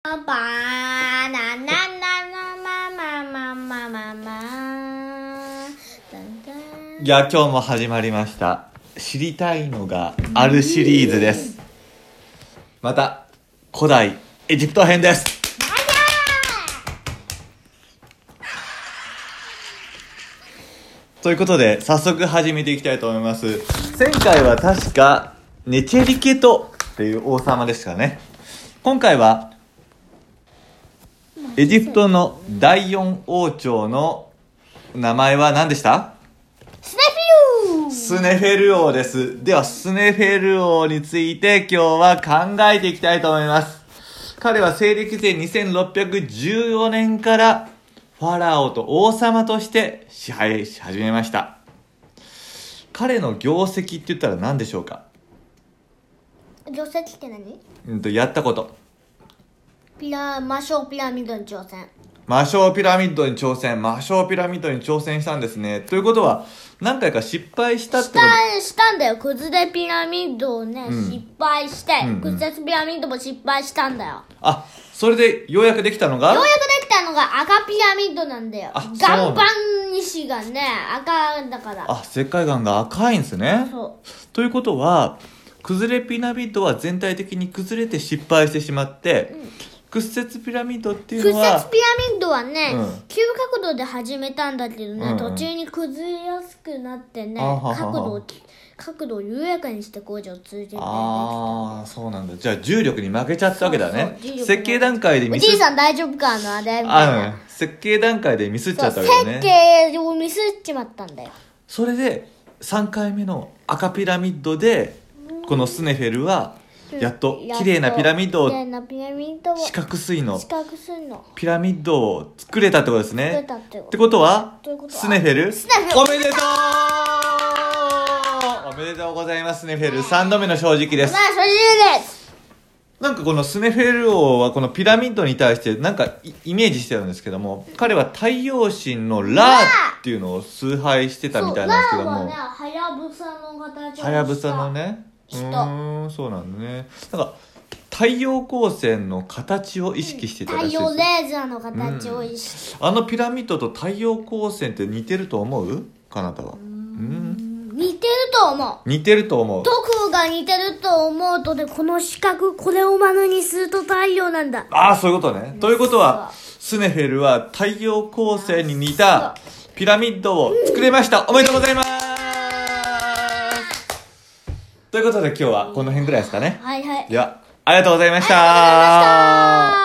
バナナナナママママママ。 いや、今日も始まりました。知りたいのがあるシリーズです。また、古代エジプト編です。ということで、早速始めていきたいと思います。前回は確か、ネチェリケトっていう王様でしたね。今回は、エジプトの第4王朝の名前は何でした？スネフェル王です。では、スネフェル王について今日は考えていきたいと思います。彼は西暦前2614年からファラオと王様として支配し始めました。彼の業績って言ったら何でしょうか？ 業績って何？ やったこと。 魔性ピラミッドに挑戦。 魔性ピラミッドに挑戦。魔性ピラミッドに挑戦したんですね。ということは、何回か失敗したってこと？ したんだよ。崩れピラミッドをね、失敗して、崩れピラミッドも失敗したんだよ。 あ、それでようやくできたのが？ ようやくできたのが赤ピラミッドなんだよ。岩盤石がね、赤だから。 あ、石灰岩が赤いんですね。 そう。 ということは、崩れピラミッドは全体的に崩れて失敗してしまって、屈折ピラミッドっていうのは、 屈折ピラミッドはね、急角度で始めたんだけどね、途中に崩れやすくなってね、角度を緩やかにして工事を続けて。 ああ、そうなんだ。じゃあ重力に負けちゃったわけだね。設計段階でおじいさん大丈夫かなみたいな。 設計段階でミスっちゃったわけだね。 設計をミスっちまったんだよ。 それで3回目の赤ピラミッドで、このスネフェルはやっと綺麗なピラミッドを、四角錐のピラミッドを作れたってことですね。ってことは、スネフェルおめでとうおめでとうございます。スネフェル3度目の正直です。なんかこのスネフェル王はこのピラミッドに対してなんかイメージしてるんですけども、彼は太陽神のラーっていうのを崇拝してたみたいなんですけども、 ラーはね、ハヤブサの形をした。 ハヤブサのね、そうなんだね。なんか太陽光線の形を意識してたらしいです。 太陽レーザーの形を意識、 あのピラミッドと太陽光線って似てると思う？かなたは。 似てると思う。 似てると思う。 どこが似てると思うとで、この四角、これを丸にすると太陽なんだ。 ああ、そういうことね。ということは、スネフェルは太陽光線に似たピラミッドを作れました。おめでとうございます。ということで今日はこの辺ぐらいですかね。 はいはい。 では、ありがとうございました。 ありがとうございました。